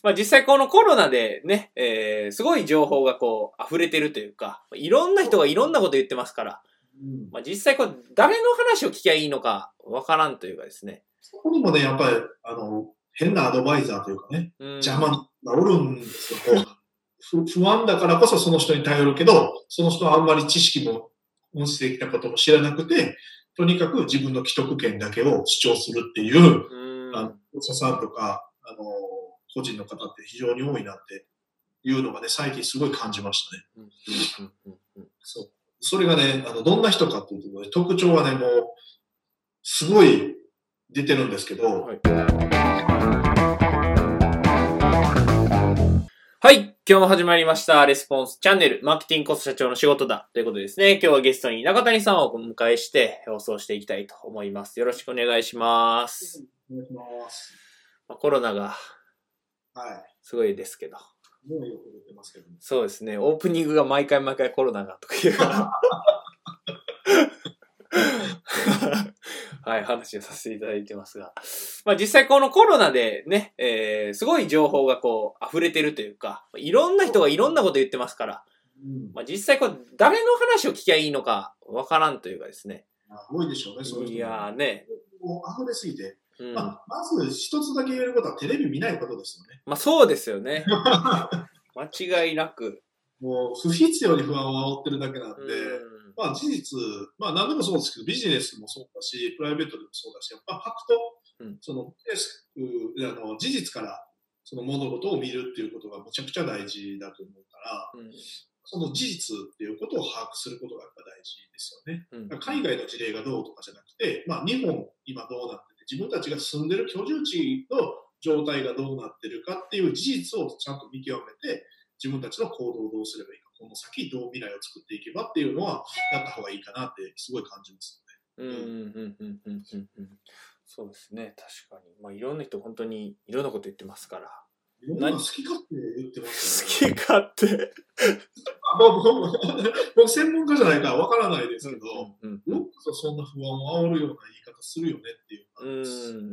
実際このコロナでね、すごい情報がこう溢れてるというか、いろんな人がいろんなこと言ってますから、実際これ誰の話を聞きゃいいのかわからんというかですね。 そこにもね、やっぱり、変なアドバイザーというかね、邪魔がおるんですよ。不安だからこそその人に頼るけど、その人はあんまり知識も、本質的なことも知らなくて、とにかく自分の既得権だけを主張するっていう、お医者さんとか、個人の方って非常に多いなっていうのがね、最近すごい感じましたね。そう。それがね、どんな人かっていうと、ね、特徴はね、もう、すごい出てるんですけど、 はい。今日も始まりました。レスポンスチャンネル、マーケティングこそ社長の仕事だ。ということでですね、今日はゲストに中谷さんをお迎えして放送していきたいと思います。よろしくお願いします。 お願いします。 コロナが、すごいですけど。 もうよく出てますけどね。 そうですね。オープニングが毎回コロナがとか言うから。はい、話をさせていただいてますが。実際このコロナでね、すごい情報がこう溢れてるというか、いろんな人がいろんなこと言ってますから、実際これ誰の話を聞きゃいいのかわからんというかですね。 多いでしょうね、そういう人。 いやーね。 もう溢れすぎて。まず一つだけ言えることはテレビ見ないことですよね。 そうですよね。間違いなく。 もう不必要に不安を煽ってるだけなんで、事実、何でもそうですけど、ビジネスもそうだし、プライベートでもそうだし、ファクト、事実からその物事を見るっていうことがむちゃくちゃ大事だと思うから、その事実っていうことを把握することがやっぱ大事ですよね。海外の事例がどうとかじゃなくて、日本今どうなってて、自分たちが住んでる居住地の状態がどうなってるかっていう事実をちゃんと見極めて、自分たちの行動をどうすればいいか、この先どう未来を作っていけばっていうのはやった方がいいかなってすごい感じますよね。そうですね、確かに。いろんな人本当にいろんなこと言ってますから。 いろんな好き勝手言ってますよね。好き勝手僕専門家じゃないからわからないですけど、よくそんな不安を煽るような言い方するよねっていう感じ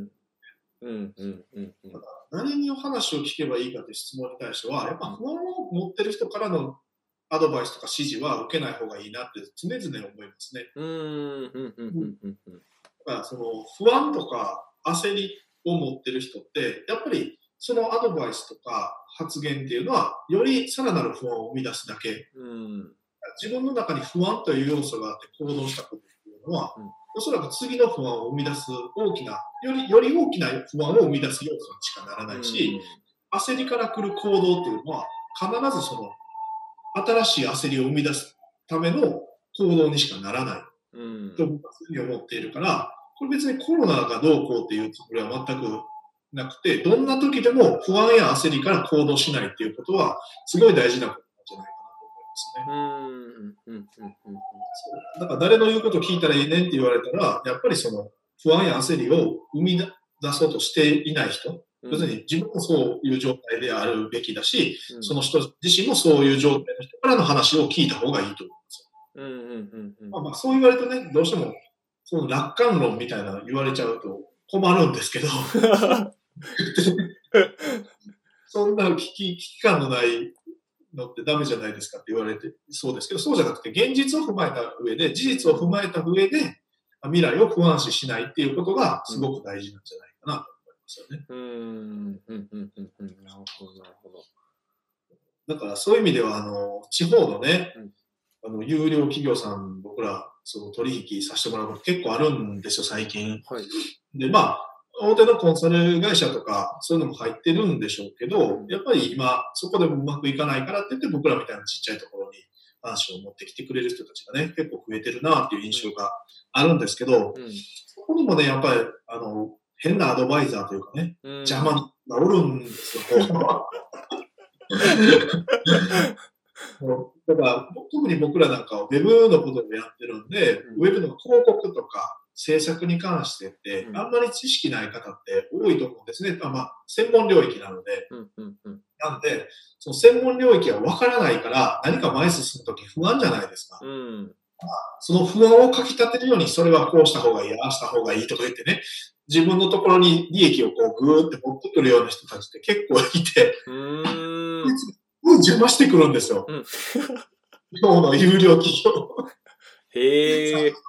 です。何に話を聞けばいいかという質問に対しては、やっぱ不安を持ってる人からのアドバイスとか指示は受けない方がいいなって常々思いますね。だからその不安とか焦りを持ってる人って、やっぱりそのアドバイスとか発言っていうのは、よりさらなる不安を生み出すだけ。自分の中に不安という要素があって行動したことっていうのは、おそらく次の不安を生み出す大きな、より大きな不安を生み出す要素にしかならないし、焦りから来る行動っていうのは、必ずその、新しい焦りを生み出すための行動にしかならないと僕はそういうふうに思っているから、これ別にコロナがどうこうっていうつもりは全くなくて、どんな時でも不安や焦りから行動しないっていうことは、すごい大事なことなんじゃないかなと思いますね。だから誰の言うことを聞いたらいいねんって言われたら、やっぱりその不安や焦りを生み出そうとしていない人、別に自分もそういう状態であるべきだし、その人自身もそういう状態の人からの話を聞いた方がいいと思います。そう言われるとね、どうしてもその楽観論みたいなの言われちゃうと困るんですけど、そんな危機感のないのってダメじゃないですかって言われてそうですけど、そうじゃなくて現実を踏まえた上で、事実を踏まえた上で、未来を不安視しないっていうことがすごく大事なんじゃないかなと思いますよね。 なるほど。 だからそういう意味では、地方のね、有料企業さん、僕ら、その取引させてもらうこと結構あるんですよ、最近。で、大手のコンサル会社とか、そういうのも入ってるんでしょうけど、やっぱり今、そこでもうまくいかないからって言って、僕らみたいなちっちゃいところに話を持ってきてくれる人たちがね、結構増えてるなっていう印象があるんですけど、そこにもね、やっぱり、変なアドバイザーというかね、邪魔がおるんですよ。だから、特に僕らなんかはウェブのことをやってるんで、ウェブの広告とか制作に関してって、あんまり知識ない方って多いと思うんですね。専門領域なので。なんで、その専門領域は分からないから、何か前進むとき不安じゃないですか。その不安をかき立てるように、それはこうした方がいい、ああした方がいいとか言ってね、 自分のところに利益をこうぐーって持ってくるような人たちって結構いて、邪魔してくるんですよ。今日の有料企業。 へえ。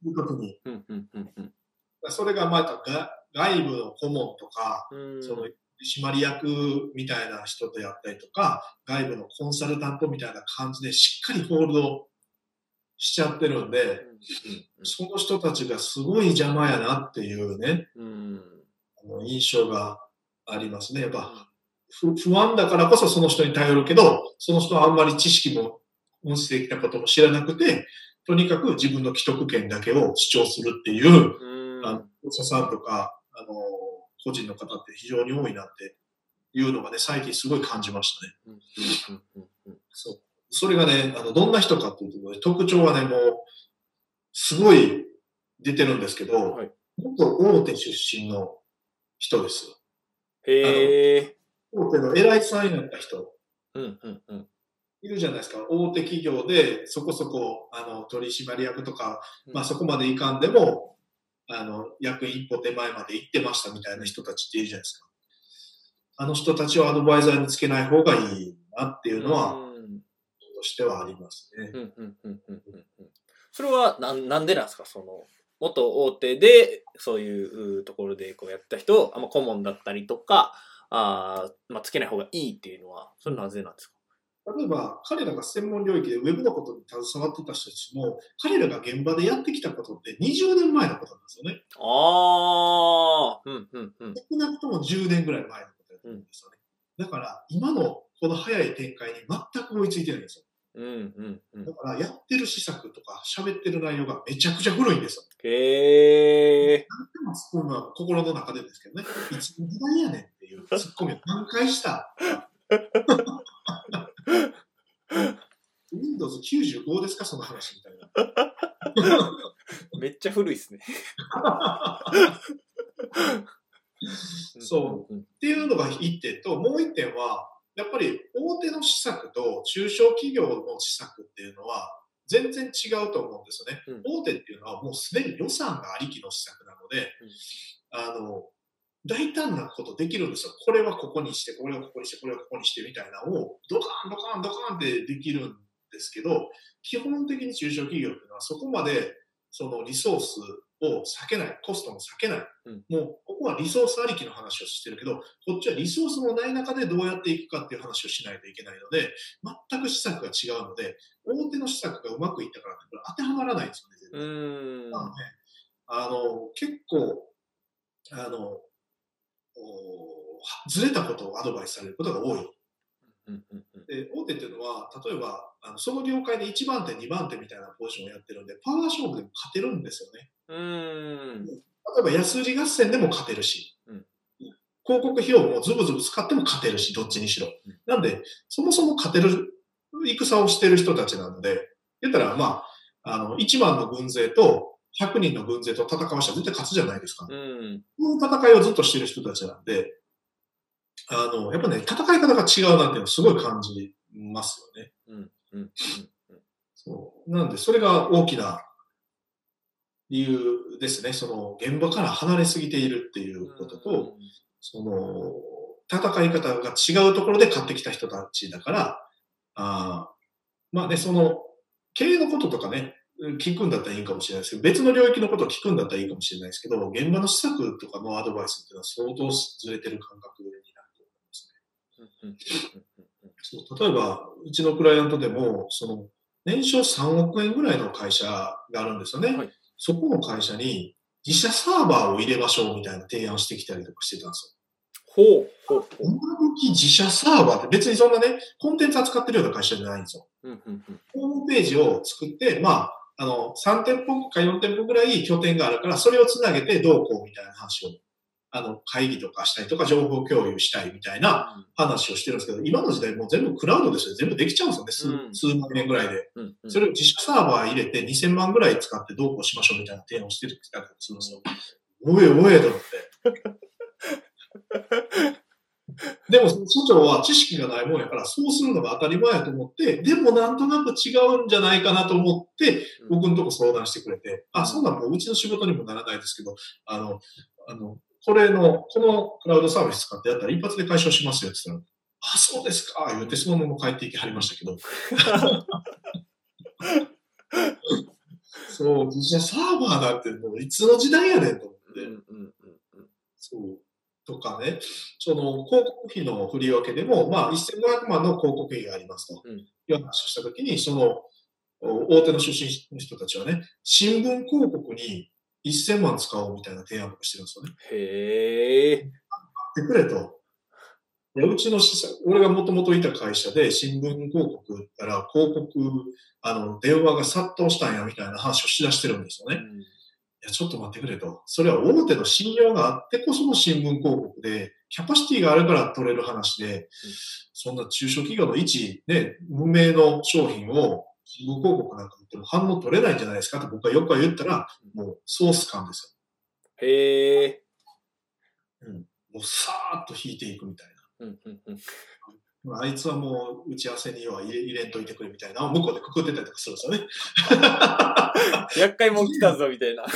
それがまた外部の顧問とか、その締まり役みたいな人とやったりとか、外部のコンサルタントみたいな感じでしっかりホールドしちゃってるんで、その人たちがすごい邪魔やなっていうね、印象がありますね。やっぱ不安だからこそその人に頼るけど、その人はあんまり知識も持ってきたことも知らなくて、とにかく自分の既得権だけを主張するっていう、お医者さんとか、個人の方って非常に多いなっていうのがね、最近すごい感じましたね。そう。それがね、どんな人かっていうと、特徴はね、もう、すごい出てるんですけど、はい、元大手出身の人です。 へー。 大手の偉いさんになった人。いるじゃないですか。大手企業で、そこそこ、取締役とか、まあそこまでいかんでも、役員一歩手前まで行ってましたみたいな人たちっているじゃないですか。あの人たちをアドバイザーにつけない方がいいなっていうのは、としてはありますね。 それはなんでなんですか？その、元大手で、そういうところでこうやった人、顧問だったりとか、つけない方がいいっていうのは、それなぜなんですか？ 例えば、彼らが専門領域でウェブのことに携わってた人たちも、彼らが現場でやってきたことって20年前のことなんですよね。少なくとも10年ぐらい前のことだと思うんですよね。だから、今のこの早い展開に全く追いついてないんですよ。だから、やってる施策とか喋ってる内容がめちゃくちゃ古いんですよ。何でもツッコミは心の中でですけどね、いつの時代やねんっていうツッコミを何回したWindows 95ですかその話みたいな。 めっちゃ古いですね。 そう。っていうのが一点と、もう一点は、やっぱり大手の施策と中小企業の施策っていうのは全然違うと思うんですよね。大手っていうのはもうすでに予算がありきの施策なので、大胆なことできるんですよ。これはここにして、これはここにして、これはここにしてみたいなのをドカンドカンドカンってできるんですけど、基本的に中小企業っていうのはそこまでそのリソースを避けない、コストも避けない。もうここはリソースありきの話をしてるけど、こっちはリソースもない中でどうやっていくかっていう話をしないといけないので、全く施策が違うので、大手の施策がうまくいったからってこれ当てはまらないんですよね。なので、結構、ずれたことをアドバイスされることが多い。で大手っていうのは、例えばその業界で1番手、2番手みたいなポジションをやってるんで、パワー勝負でも勝てるんですよね。例えば安売り合戦でも勝てるし、広告費用もズブズブ使っても勝てるし、どっちにしろ。なんで、そもそも勝てる戦をしてる人たちなので、言ったら、1万の軍勢と100人の軍勢と戦わしたら絶対勝つじゃないですか。この戦いをずっとしてる人たちなんで、やっぱね、戦い方が違うなっていうのをすごい感じますよね。そうなんで、それが大きな理由ですね。その、現場から離れすぎているっていうことと、その、戦い方が違うところで勝ってきた人たちだから、その、経営のこととかね、聞くんだったらいいかもしれないですけど、別の領域のことを聞くんだったらいいかもしれないですけど、現場の施策とかのアドバイスっていうのは相当ずれてる感覚になると思いますね。例えば、うちのクライアントでも、その、年商3億円ぐらいの会社があるんですよね。そこの会社に自社サーバーを入れましょうみたいな提案してきたりとかしてたんですよ。今時自社サーバーって別にそんなね、コンテンツ扱ってるような会社じゃないんですよ。ホームページを作って、3店舗か4店舗ぐらい拠点があるから、それをつなげてどうこうみたいな話を、会議とかしたりとか、情報共有したいみたいな話をしてるんですけど、今の時代もう全部クラウドですよ。全部できちゃうんですよね。数万円ぐらいで。それを自社サーバー入れて2000万ぐらい使ってどうこうしましょうみたいな提案をしてるって言ったりするんですよ。おいと思って。でも、社長は知識がないもんやから、そうするのが当たり前やと思って、でもなんとなく違うんじゃないかなと思って、僕のとこ相談してくれて、そんなんもううちの仕事にもならないですけど、 このクラウドサービス使ってやったら一発で解消しますよって言ったら、あ、そうですか言ってそのまま帰っていきはりましたけど。そう、実際サーバーなんてもういつの時代やねんと思って。そう。とかね、その広告費の振り分けでも、まあ、1500万の広告費がありますと。いう話をしたときに、その、大手の出身の人たちはね、新聞広告に1000万使おうみたいな提案とかしてるんですよね。 へー。 買ってくれと。うちの俺がもともといた会社で新聞広告売ったら、広告、電話が殺到したんやみたいな話をしだしてるんですよね。いや、ちょっと待ってくれと。それは大手の信用があってこその新聞広告で、キャパシティがあるから取れる話で、そんな中小企業の一、ね、無名の商品を新聞広告なんか売っても反応取れないんじゃないですかって僕はよく言ったら、もうソース感ですよ。へー。 もうさーっと引いていくみたいな。あいつはもう打ち合わせには入れんといてくれみたいな、向こうでくくってたりとかするんですよね。 厄介もん来たぞみたいな。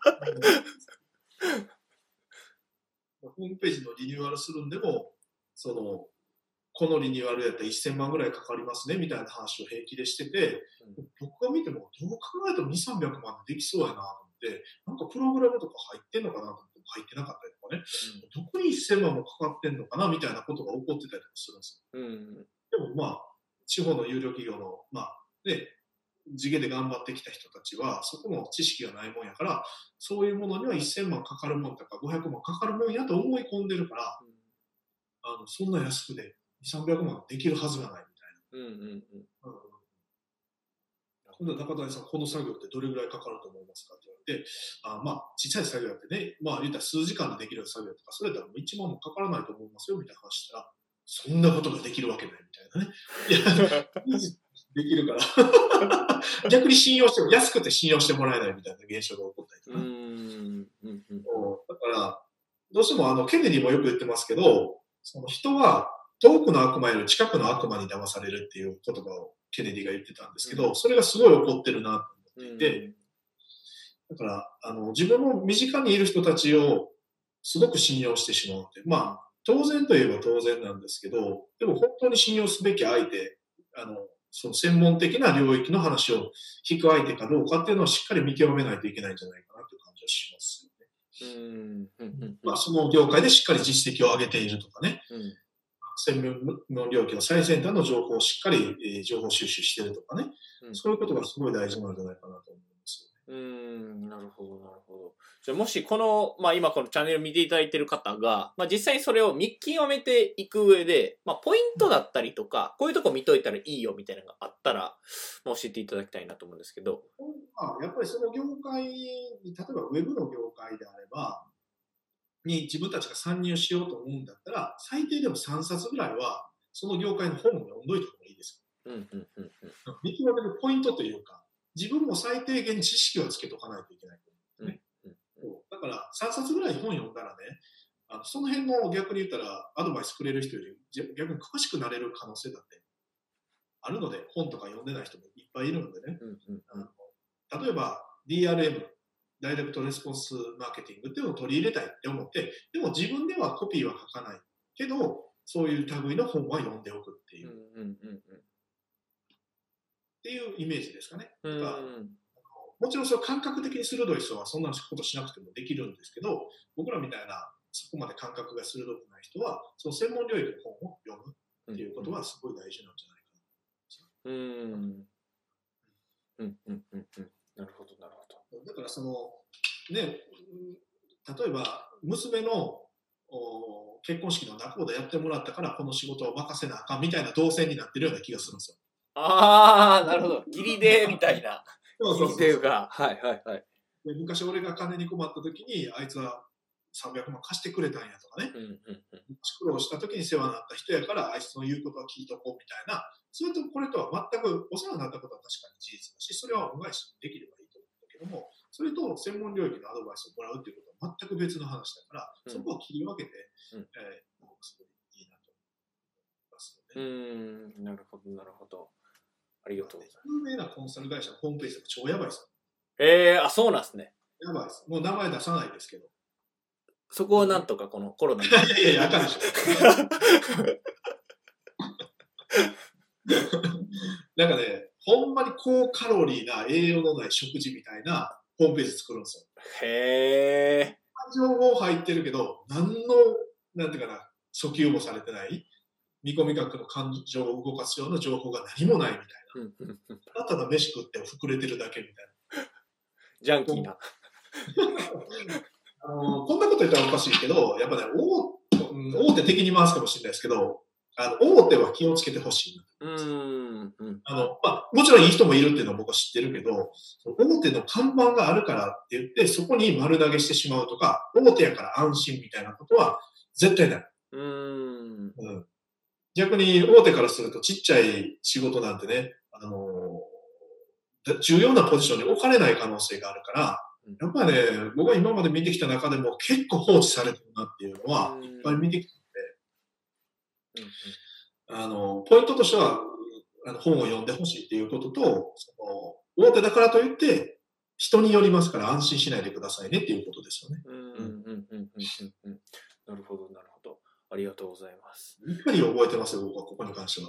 ホームページのリニューアルするんでも、このリニューアルやったら1000万ぐらいかかりますねみたいな話を平気でしてて、僕が見てもどう考えても2、300万でできそうやなと思って、なんかプログラムとか入ってんのかなと思って入ってなかったりとかね、どこに1000万もかかってんのかなみたいなことが起こってたりとかするんですよ。でもまあ、地方の有料企業の、まあ、ね、地毛で頑張ってきた人たちは、そこの知識がないもんやから、そういうものには1000万かかるもんとか500万かかるもんやと思い込んでるから、そんな安くで2、300万できるはずがないみたいな。今度は中谷さん、この作業ってどれぐらいかかると思いますかって言われて、まあ、ちっちゃい作業やってね、まあ、言ったら数時間でできる作業とか、それだったら1万もかからないと思いますよみたいな話したら、そんなことができるわけないみたいなね。いや、できるから。逆に信用しても、安くて信用してもらえないみたいな現象が起こったりとか。だから、どうしてもケネディもよく言ってますけど、その人は遠くの悪魔より近くの悪魔に騙されるっていう言葉をケネディが言ってたんですけど、それがすごい起こってるなと思っていて、だから、自分の身近にいる人たちをすごく信用してしまうって。まあ、当然といえば当然なんですけど、でも本当に信用すべき相手、その専門的な領域の話を聞く相手かどうかっていうのをしっかり見極めないといけないんじゃないかなという感じはしますよね。まあ、その業界でしっかり実績を上げているとかね、専門領域の最先端の情報をしっかり、情報収集しているとかね、そういうことがすごい大事なんじゃないかなと思いますよね。 なるほど、なるほど。じゃあもしこの、まあ今このチャンネル見ていただいている方が、まあ実際にそれを見極めていく上で、まあポイントだったりとか、こういうとこ見といたらいいよみたいなのがあったら、まあ、教えていただきたいなと思うんですけど。 やっぱりその業界に、例えばウェブの業界であれば、に自分たちが参入しようと思うんだったら、最低でも3冊ぐらいは、その業界の本を読んどいた方がいいですよ。見極めるポイントというか、自分も最低限知識をつけとかないといけないと思うんですね。だから、3冊ぐらい本読んだらね、その辺の逆に言ったら、アドバイスくれる人より逆に詳しくなれる可能性だってあるので、本とか読んでない人もいっぱいいるのでね。例えば、DRM、ダイレクトレスポンスマーケティングっていうのを取り入れたいって思って、でも自分ではコピーは書かないけど、そういう類の本は読んでおくっていう。っていうイメージですかね。もちろんその感覚的に鋭い人はそんなことしなくてもできるんですけど、僕らみたいなそこまで感覚が鋭くない人は、その専門領域の本を読むっていうことはすごい大事なんじゃないかな。 なるほど、なるほど。だからその、ね、例えば娘の結婚式の仲人やってもらったからこの仕事を任せなあかんみたいな動線になってるような気がするんですよ。 ああ、なるほど。義理でみたいな。義理というか、はいはいはい。 で昔俺が金に困った時にあいつは300万貸してくれたんやとかね。苦労した時に世話になった人やからあいつの言うことは聞いとこうみたいな。それとこれとは全くお世話になったことは確かに事実だし、それは恩返しできればいいと思うんだけども、それと専門領域のアドバイスをもらうっていうことは全く別の話だから、そこを切り分けて、すごいいいなと思いますよね。 なるほど、なるほど。ありがとうございます。 有名なコンサル会社のホームページとか超やばいですよ。 そうなんですね。 やばいです。もう名前出さないですけど。 そこをなんとかこのコロナに。 いやいや、あかんでしょ。なんかね、ほんまに高カロリーな栄養のない食事みたいなホームページ作るんですよ。 へー。 情報入ってるけど、なんていうかな、訴求もされてない、見込み額の感情を動かすような情報が何もないみたいな。ただ飯食って膨れてるだけみたいな。 ジャンキーな。 こんなこと言ったらおかしいけど、やっぱね、大手的に回すかもしれないですけど、大手は気をつけてほしい。もちろんいい人もいるっていうのは僕は知ってるけど、大手の看板があるからって言って、そこに丸投げしてしまうとか、大手やから安心みたいなことは絶対ない。逆に大手からするとちっちゃい仕事なんてね、重要なポジションに置かれない可能性があるから、やっぱりね、僕が今まで見てきた中でも結構放置されてるなっていうのは、いっぱい見てきてポイントとしては、本を読んでほしいっていうことと、大手だからといって、人によりますから安心しないでくださいねっていうことですよね。 なるほど、なるほど。ありがとうございます。 いかに覚えてますよ、僕はここに関しては。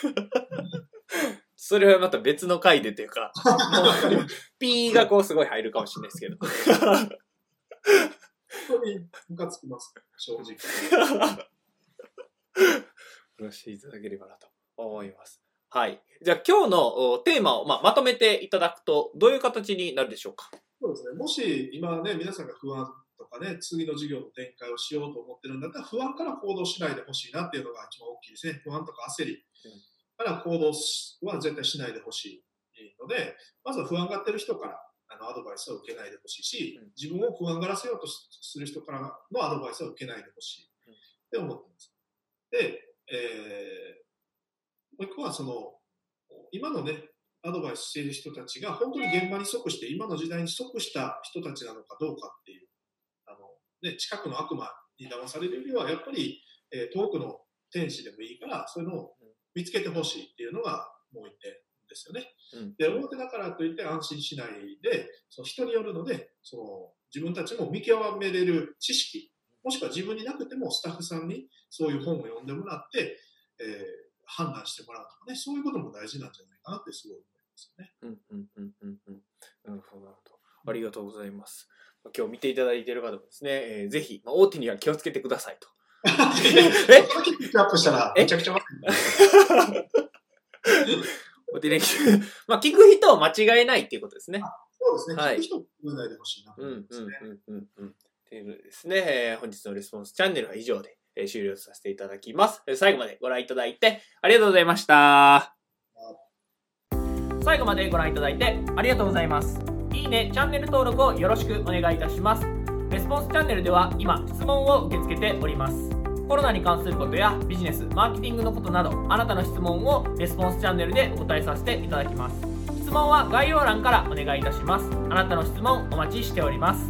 それはまた別の回でというか、ピーがこうすごい入るかもしれないですけど。 本当にムカつきます、正直。 よしていただければなと思います。はい。じゃあ今日のテーマをまとめていただくと、どういう形になるでしょうか？ そうですね。もし今ね、皆さんが不安とかね、次の授業の展開をしようと思ってるんだったら、不安から行動しないでほしいなっていうのが一番大きいですね。不安とか焦りから行動は絶対しないでほしいので、まずは不安がってる人からアドバイスを受けないでほしいし、自分を不安がらせようとする人からのアドバイスを受けないでほしいって思ってます。で、もう一個は今のね、アドバイスしている人たちが本当に現場に即して、今の時代に即した人たちなのかどうかっていう、近くの悪魔に騙されるよりは、やっぱり、遠くの天使でもいいから、そういうのを見つけてほしいっていうのがもう一点ですよね。で、表だからといって安心しないで、人によるので、自分たちも見極めれる知識、もしくは自分になくてもスタッフさんにそういう本を読んでもらって、判断してもらうとかね、そういうことも大事なんじゃないかなってすごい思いますよね。 なるほど、なるほど。ありがとうございます。今日見ていただいている方もですね、ぜひ、大手には気をつけてくださいと。 え？その時ピックアップしたらめちゃくちゃ悪い。 聞く人を間違えないっていうことですね。 そうですね。聞く人を間違えないでほしいなと思いますね。 ということですね。本日のレスポンスチャンネルは以上で終了させていただきます。最後までご覧いただいてありがとうございました。最後までご覧いただいてありがとうございます。いいね、チャンネル登録をよろしくお願いいたします。レスポンスチャンネルでは今質問を受け付けております。コロナに関することやビジネス、マーケティングのことなど、あなたの質問をレスポンスチャンネルでお答えさせていただきます。質問は概要欄からお願いいたします。あなたの質問お待ちしております。